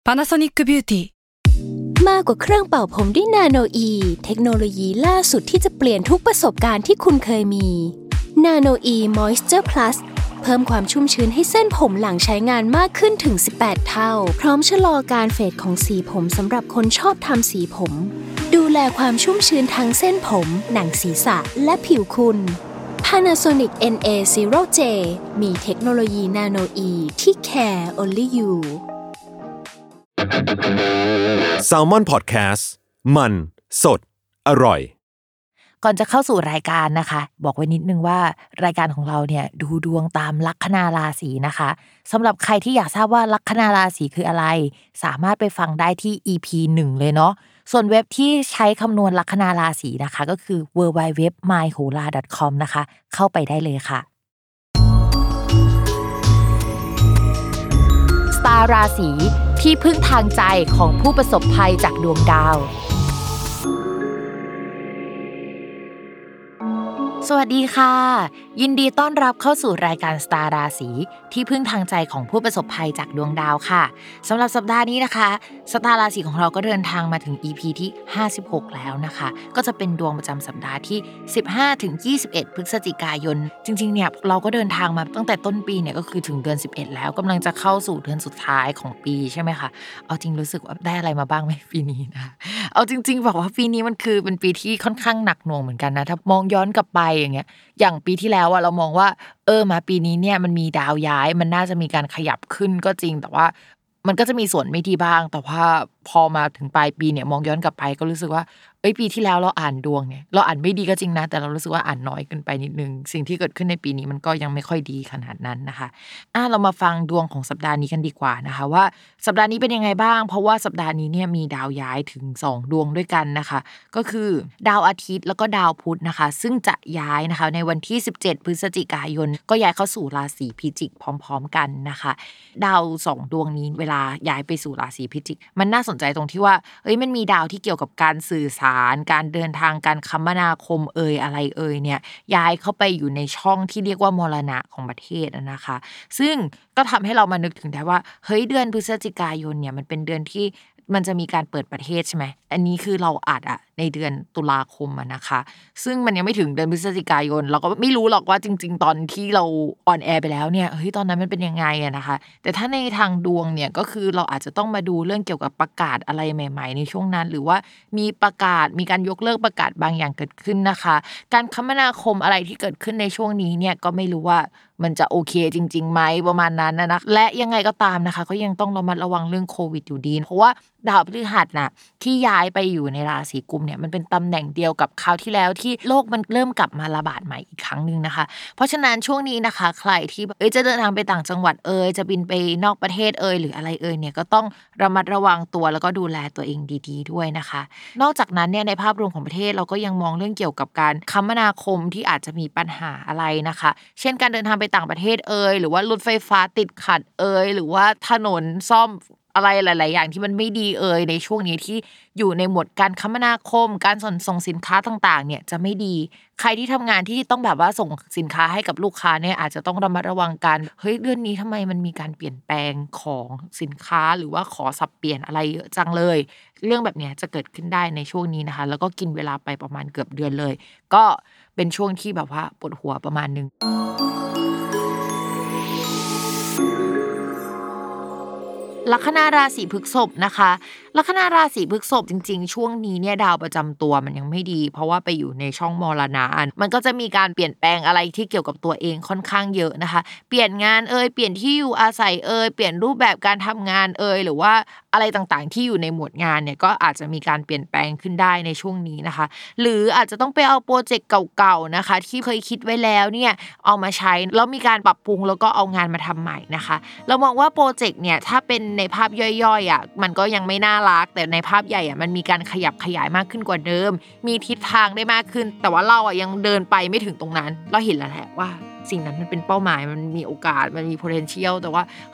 Panasonic Beauty มากกว่าเครื่องเป่าผมด้วยนาโนอีเทคโนโลยีล่าสุดที่จะเปลี่ยนทุกประสบการณ์ที่คุณเคยมีนาโนอีมอยส์เจอร์พลัสเพิ่มความชุ่มชื้นให้เส้นผมหลังใช้งานมากขึ้นถึง18เท่าพร้อมชะลอการเฟดของสีผมสำหรับคนชอบทำสีผมดูแลความชุ่มชื้นทั้งเส้นผมหนังศีรษะและผิวคุณ Panasonic NA0J มีเทคโนโลยีนาโนอีที่ care only you Salmon Podcast มันสดอร่อยก่อนจะเข้าสู่รายการนะคะบอกไว้นิดนึงว่ารายการของเราเนี่ยดูดวงตามลัคนาราศีนะคะสำหรับใครที่อยากทราบว่าลัคนาราศีคืออะไรสามารถไปฟังได้ที่ EP 1เลยเนาะส่วนเว็บที่ใช้คำนวณลัคนาราศีนะคะก็คือ www.myhola.com นะคะเข้าไปได้เลยค่ะสตาร์ราศีที่พึ่งทางใจของผู้ประสบภัยจากดวงดาวสวัสดีค่ะยินดีต้อนรับเข้าสู่รายการสตาร์ราศีที่พึ่งทางใจของผู้ประสบภัยจากดวงดาวค่ะสำหรับสัปดาห์นี้นะคะสตาร์ราศีของเราก็เดินทางมาถึง EP ที่56แล้วนะคะก็จะเป็นดวงประจำสัปดาห์ที่15ถึง21พฤศจิกายนจริงๆเนี่ยเราก็เดินทางมาตั้งแต่ต้นปีเนี่ยก็คือถึงเดือน11แล้วกำลังจะเข้าสู่เดือนสุดท้ายของปีใช่ไหมคะเอาจริงรู้สึกว่าได้อะไรมาบ้างไหมปีนี้นะเอาจริงๆบอกว่าปีนี้มันคือเป็นปีที่ค่อนข้างหนักหน่วงเหมือนกันนะถ้ามองย้อนกลับไปอย่างปีที่แล้วเรามองว่ามาปีนี้เนี่ยมันมีดาวย้ายมันน่าจะมีการขยับขึ้นก็จริงแต่ว่ามันก็จะมีส่วนไม่ดีบ้างแต่ว่าพอมาถึงปลายปีเนี่ยมองย้อนกลับไปก็รู้สึกว่าปีที่แล้วเราอ่านดวงเนี่ยเราอ่านไม่ดีก็จริงนะแต่เรารู้สึกว่าอ่านน้อยเกินไปนิดนึงสิ่งที่เกิดขึ้นในปีนี้มันก็ยังไม่ค่อยดีขนาดนั้นนะคะเรามาฟังดวงของสัปดาห์นี้กันดีกว่านะคะว่าสัปดาห์นี้เป็นยังไงบ้างเพราะว่าสัปดาห์นี้เนี่ยมีดาวย้ายถึง2ดวงด้วยกันนะคะก็คือดาวอาทิตย์แล้วก็ดาวพุธนะคะซึ่งจะย้ายนะคะในวันที่17พฤศจิกายนก็ย้ายเข้าสู่ราศีพิจิกพร้อมๆกันนะคะดาว2ดวงนี้เวลาย้ายไปสู่ราศีพิจิกมันน่าสนใจตรงที่ว่ามันมีดาวที่เกี่ยวกับการสื่อสารการเดินทางการคมนาคมอะไรเนี่ยย้ายเข้าไปอยู่ในช่องที่เรียกว่ามรณะของประเทศนะคะซึ่งก็ทำให้เรามานึกถึงได้ว่าเดือนพฤศจิกายนเนี่ยมันเป็นเดือนที่มันจะมีการเปิดประเทศใช่ไหมอันนี้คือเราอัดในเดือนตุลาคมนะคะซึ่งมันยังไม่ถึงเดือนพฤศจิกายนเราก็ไม่รู้หรอกว่าจริงๆตอนที่เราออนแอร์ไปแล้วเนี่ยตอนนั้นมันเป็นยังไงนะคะแต่ถ้าในทางดวงเนี่ยก็คือเราอาจจะต้องมาดูเรื่องเกี่ยวกับประกาศอะไรใหม่ๆในช่วงนั้นหรือว่ามีประกาศมีการยกเลิกประกาศบางอย่างเกิดขึ้นนะคะการคมนาคมอะไรที่เกิดขึ้นในช่วงนี้เนี่ยก็ไม่รู้ว่ามันจะโอเคจริงๆไหมประมาณนั้นนะและยังไงก็ตามนะคะก็ยังต้องระมัดระวังเรื่องโควิดอยู่ดีเพราะว่าดาวพฤหัสน่ะที่ย้ายไปอยู่ในราศีกุมเนี่ยมันเป็นตำแหน่งเดียวกับคราวที่แล้วที่โลกมันเริ่มกลับมาระบาดใหม่อีกครั้งนึงนะคะเพราะฉะนั้นช่วงนี้นะคะใครที่จะเดินทางไปต่างจังหวัดจะบินไปนอกประเทศหรืออะไรเนี่ยก็ต้องระมัดระวังตัวแล้วก็ดูแลตัวเองดีๆด้วยนะคะนอกจากนั้นเนี่ยในภาพรวมของประเทศเราก็ยังมองเรื่องเกี่ยวกับการคมนาคมที่อาจจะมีปัญหาอะไรนะคะเช่นการเดินทางไปต่างประเทศหรือว่ารถไฟฟ้าติดขัดหรือว่าถนนซ่อมอะไรหลายๆอย่างที่มันไม่ดีในช่วงนี้ที่อยู่ในหมวดการคมนาคมการส่งสินค้าต่างๆเนี่ยจะไม่ดีใครที่ทำงานที่ต้องแบบว่าส่งสินค้าให้กับลูกค้าเนี่ยอาจจะต้องระมัดระวังกันเดือนนี้ทำไมมันมีการเปลี่ยนแปลงของสินค้าหรือว่าขอสับเปลี่ยนอะไรเยอะจังเลยเรื่องแบบเนี้ยจะเกิดขึ้นได้ในช่วงนี้นะคะแล้วก็กินเวลาไปประมาณเกือบเดือนเลยก็เป็นช่วงที่แบบว่าปวดหัวประมาณนึงลัคนาราศีพฤษภนะคะลัคนาราศีพฤษภจริงๆช่วงนี้เนี่ยดาวประจำตัวมันยังไม่ดีเพราะว่าไปอยู่ในช่องมรณะมันก็จะมีการเปลี่ยนแปลงอะไรที่เกี่ยวกับตัวเองค่อนข้างเยอะนะคะเปลี่ยนงานเปลี่ยนที่อยู่อาศัยเปลี่ยนรูปแบบการทำงานหรือว่าอะไรต่างๆที่อยู่ในหมวดงานเนี่ยก็อาจจะมีการเปลี่ยนแปลงขึ้นได้ในช่วงนี้นะคะหรืออาจจะต้องไปเอาโปรเจกต์เก่าๆนะคะที่เคยคิดไว้แล้วเนี่ยเอามาใช้แล้วมีการปรับปรุงแล้วก็เอางานมาทำใหม่นะคะเรามองว่าโปรเจกต์เนี่ยถ้าเป็นในภาพย่อยๆมันก็ยังไม่น่ารักแต่ในภาพใหญ่มันมีการขยับขยายมากขึ้นกว่าเดิมมีทิศทางได้มากขึ้นแต่ว่าเรายังเดินไปไม่ถึงตรงนั้นเราเห็นแล้วแหละว่าสิ่งนั้นมันเป็นเป้าหมายมันมีโอกาสมันมี potential แต่ว่า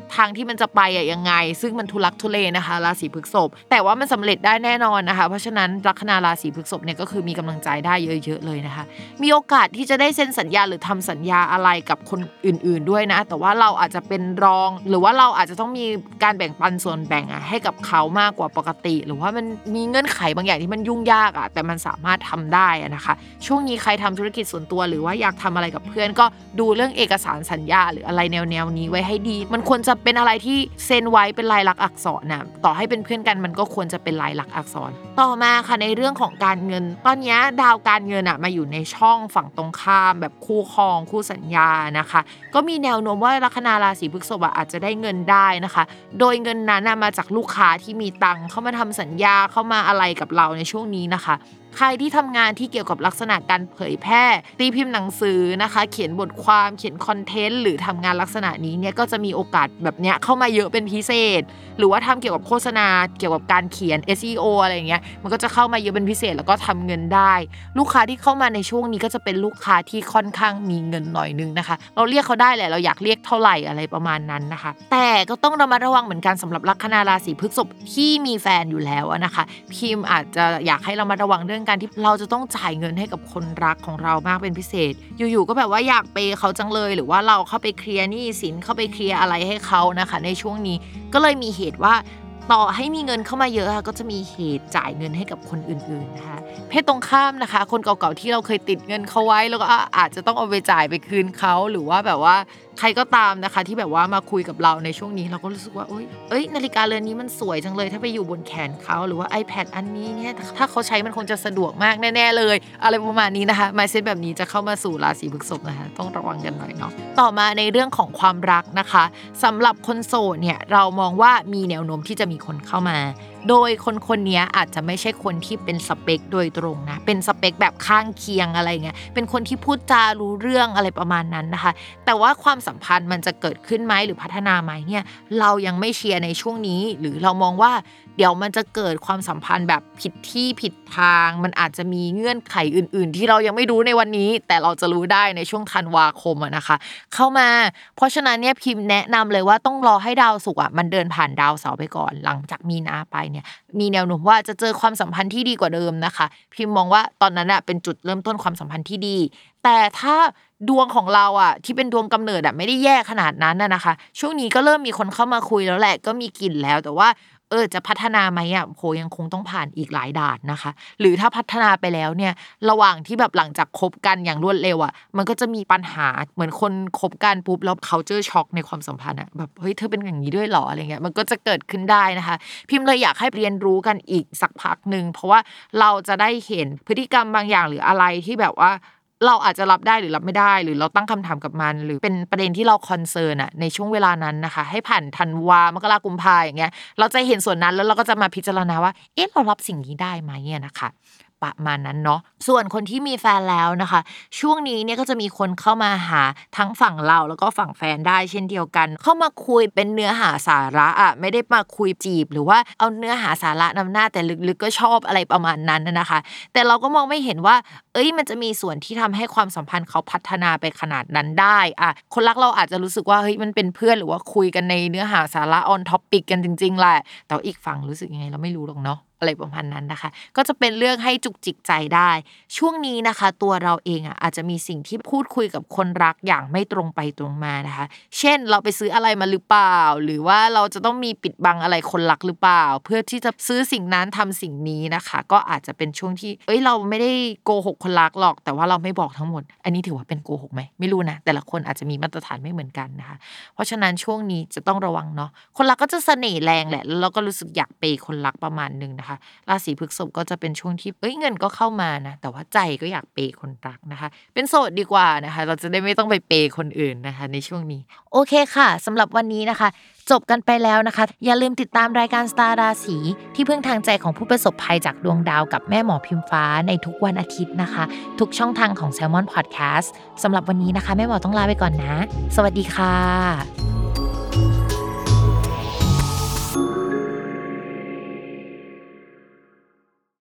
ทางที่มันจะไปยังไงซึ่งมันทุลักทุเลนะคะราศีพฤษภแต่ว่ามันสำเร็จได้แน่นอนนะคะเพราะฉะนั้นลัคนาราศีพฤษภเนี่ยก็คือมีกำลังใจได้เยอะๆเลยนะคะมีโอกาสที่จะได้เซ็นสัญญาหรือทำสัญญาอะไรกับคนอื่นๆด้วยนะแต่ว่าเราอาจจะเป็นรองหรือว่าเราอาจจะต้องมีการแบ่งปันส่วนแบ่งให้กับเขามากกว่าปกติหรือว่ามันมีเงื่อนไขบางอย่างที่มันยุ่งยากแต่มันสามารถทำได้นะคะช่วงนี้ใครทำธุรกิจส่วนตัวหรือว่าอยากทำอะไรกับเพื่อนก็ดูเรื่องเอกสารสัญญาหรืออะไรแนวนี้ไว้ให้ดีมันควรจะเป็นอะไรที่เซ็นไว้เป็นลายลักษณ์อักษรนะต่อให้เป็นเพื่อนกันมันก็ควรจะเป็นลายลักษณ์อักษรต่อมาค่ะในเรื่องของการเงินตอนนี้ดาวการเงินมาอยู่ในช่องฝั่งตรงข้ามแบบคู่ครองคู่สัญญานะคะก็มีแนวโน้มว่าลัคนาราศีพฤษภอาจจะได้เงินได้นะคะโดยเงินนั้นมาจากลูกค้าที่มีตังค์เข้ามาทำสัญญาเข้ามาอะไรกับเราในช่วงนี้นะคะใครที่ทำงานที่เกี่ยวกับลักษณะการเผยแพร่ตีพิมพ์หนังสือนะคะเขียนบทความเขียนคอนเทนต์หรือทำงานลักษณะนี้เนี่ยก็จะมีโอกาสแบบเนี้ยเข้ามาเยอะเป็นพิเศษหรือว่าทำเกี่ยวกับโฆษณาเกี่ยวกับการเขียน SEO อะไรอย่างเงี้ยมันก็จะเข้ามาเยอะเป็นพิเศษแล้วก็ทำเงินได้ลูกค้าที่เข้ามาในช่วงนี้ก็จะเป็นลูกค้าที่ค่อนข้างมีเงินหน่อยนึงนะคะเราเรียกเขาได้แหละเราอยากเรียกเท่าไหร่อะไรประมาณนั้นนะคะแต่ก็ต้องระมัดระวังเหมือนกันสำหรับลัคนาราศีพฤษภที่มีแฟนอยู่แล้วนะคะพิมอาจจะอยากให้ระมัดระวังเรื่องการที่เราจะต้องจ่ายเงินให้กับคนรักของเรามากเป็นพิเศษอยู่ๆก็แบบว่าอยากเปย์เขาจังเลยหรือว่าเราเข้าไปเคลียร์หนี้สินเข้าไปเคลียร์อะไรให้เขานะคะในช่วงนี้ก็เลยมีเหตุว่าต่อให้มีเงินเข้ามาเยอะก็จะมีเหตุจ่ายเงินให้กับคนอื่นๆนะคะเพศตรงข้ามนะคะคนเก่าๆที่เราเคยติดเงินเขาไว้แล้วก็อาจจะต้องเอาไปจ่ายไปคืนเขาหรือว่าแบบว่าใครก็ตามนะคะที่แบบว่ามาคุยกับเราในช่วงนี้เราก็รู้สึกว่านาฬิกาเรือนนี้มันสวยจังเลยถ้าไปอยู่บนแขนเขาหรือว่า iPad อันนี้เนี่ยถ้าเขาใช้มันคงจะสะดวกมากแน่ๆเลยอะไรประมาณนี้นะคะ mindset แบบนี้จะเข้ามาสู่ราศีพฤษภนะคะต้องระวังกันหน่อยเนาะต่อมาในเรื่องของความรักนะคะสำหรับคนโสดเนี่ยเรามองว่ามีแนวโน้มที่จะมีคนเข้ามาโดยคนนี้อาจจะไม่ใช่คนที่เป็นสเปคโดยตรงนะเป็นสเปคแบบข้างเคียงอะไรเงี้ยเป็นคนที่พูดจารู้เรื่องอะไรประมาณนั้นนะคะแต่ว่าความสัมพันธ์มันจะเกิดขึ้นไหมหรือพัฒนาไหมเนี่ยเรายังไม่เชียร์ในช่วงนี้หรือเรามองว่าเดี๋ยวมันจะเกิดความสัมพันธ์แบบผิดที่ผิดทางมันอาจจะมีเงื่อนไขอื่นๆที่เรายังไม่รู้ในวันนี้แต่เราจะรู้ได้ในช่วงธันวาคมนะคะเข้ามาเพราะฉะนั้นเนี่ยพิมพ์แนะนำเลยว่าต้องรอให้ดาวศุกร์มันเดินผ่านดาวเสาร์ไปก่อนหลังจากมีนาไปเนี่ยมีแนวโน้มว่าจะเจอความสัมพันธ์ที่ดีกว่าเดิมนะคะพิมพ์มองว่าตอนนั้นเป็นจุดเริ่มต้นความสัมพันธ์ที่ดีแต่ถ้าดวงของเราที่เป็นดวงกำเนิดไม่ได้แย่ขนาดนั้นนะคะช่วงนี้ก็เริ่มมีคนเข้ามาคุยแล้วแหละก็มีกลิ่นแล้วแต่ว่าจะพัฒนาไหมโหยังคงต้องผ่านอีกหลายด่านนะคะหรือถ้าพัฒนาไปแล้วเนี่ยระหว่างที่แบบหลังจากคบกันอย่างรวดเร็วมันก็จะมีปัญหาเหมือนคนคบกันปุ๊บแล้วเขาเจอช็อกในความสัมพันธ์แบบเฮ้ยเธอเป็นอย่างนี้ด้วยหรออะไรเงี้ยมันก็จะเกิดขึ้นได้นะคะพิมพ์เลยอยากให้เรียนรู้กันอีกสักพักนึงเพราะว่าเราจะได้เห็นพฤติกรรมบางอย่างหรืออะไรที่แบบว่าเราอาจจะรับได้หรือรับไม่ได้หรือเราตั้งคำถามกับมันหรือเป็นประเด็นที่เราคอนเซิร์นในช่วงเวลานั้นนะคะให้ผ่านธันวามกรากุมภาอย่างเงี้ยเราจะเห็นส่วนนั้นแล้วเราก็จะมาพิจารณาว่าเรารับสิ่งนี้ได้ไหมนะคะประมาณนั้นเนาะส่วนคนที่มีแฟนแล้วนะคะช่วงนี้เนี่ยก็จะมีคนเข้ามาหาทั้งฝั่งเราแล้วก็ฝั่งแฟนได้เช่นเดียวกันเข้ามาคุยเป็นเนื้อหาสาระไม่ได้มาคุยจีบหรือว่าเอาเนื้อหาสาระนำหน้าแต่ลึกๆก็ชอบอะไรประมาณนั้นนะคะแต่เราก็มองไม่เห็นว่ามันจะมีส่วนที่ทำให้ความสัมพันธ์เขาพัฒนาไปขนาดนั้นได้คนรักเราอาจจะรู้สึกว่าเฮ้ยมันเป็นเพื่อนหรือว่าคุยกันในเนื้อหาสาระออนท็อปิกกันจริงๆแหละแต่อีกฝั่งรู้สึกยังไงเราไม่รู้หรอกเนาะอะไรประมาณนั้นนะคะก็จะเป็นเรื่องให้จุกจิกใจได้ช่วงนี้นะคะตัวเราเองอาจจะมีสิ่งที่พูดคุยกับคนรักอย่างไม่ตรงไปตรงมานะคะเช่นเราไปซื้ออะไรมาหรือเปล่าหรือว่าเราจะต้องมีปิดบังอะไรคนรักหรือเปล่าเพื่อที่จะซื้อสิ่งนั้นทำสิ่งนี้นะคะก็อาจจะเป็นช่วงที่เราไม่ได้โกหกคนรักหรอกแต่ว่าเราไม่บอกทั้งหมดอันนี้ถือว่าเป็นโกหกไหมไม่รู้นะแต่ละคนอาจจะมีมาตรฐานไม่เหมือนกันนะคะเพราะฉะนั้นช่วงนี้จะต้องระวังเนาะคนรักก็จะเสน่ห์แรงแหละแล้วเราก็รู้สึกอยากเปย์คนรักประมาณนึงนะคะราศีพฤษภก็จะเป็นช่วงที่เงินก็เข้ามานะแต่ว่าใจก็อยากเปย์คนรักนะคะเป็นโสดดีกว่านะคะเราจะได้ไม่ต้องไปเปย์คนอื่นนะคะในช่วงนี้โอเคค่ะสำหรับวันนี้นะคะจบกันไปแล้วนะคะอย่าลืมติดตามรายการสตาร์ราศีที่พึ่งทางใจของผู้ประสบภัยจากดวงดาวกับแม่หมอพิมฟ้าในทุกวันอาทิตย์นะคะทุกช่องทางของ Salmon Podcast สำหรับวันนี้นะคะแม่หมอต้องลาไปก่อนนะสวัสดีค่ะ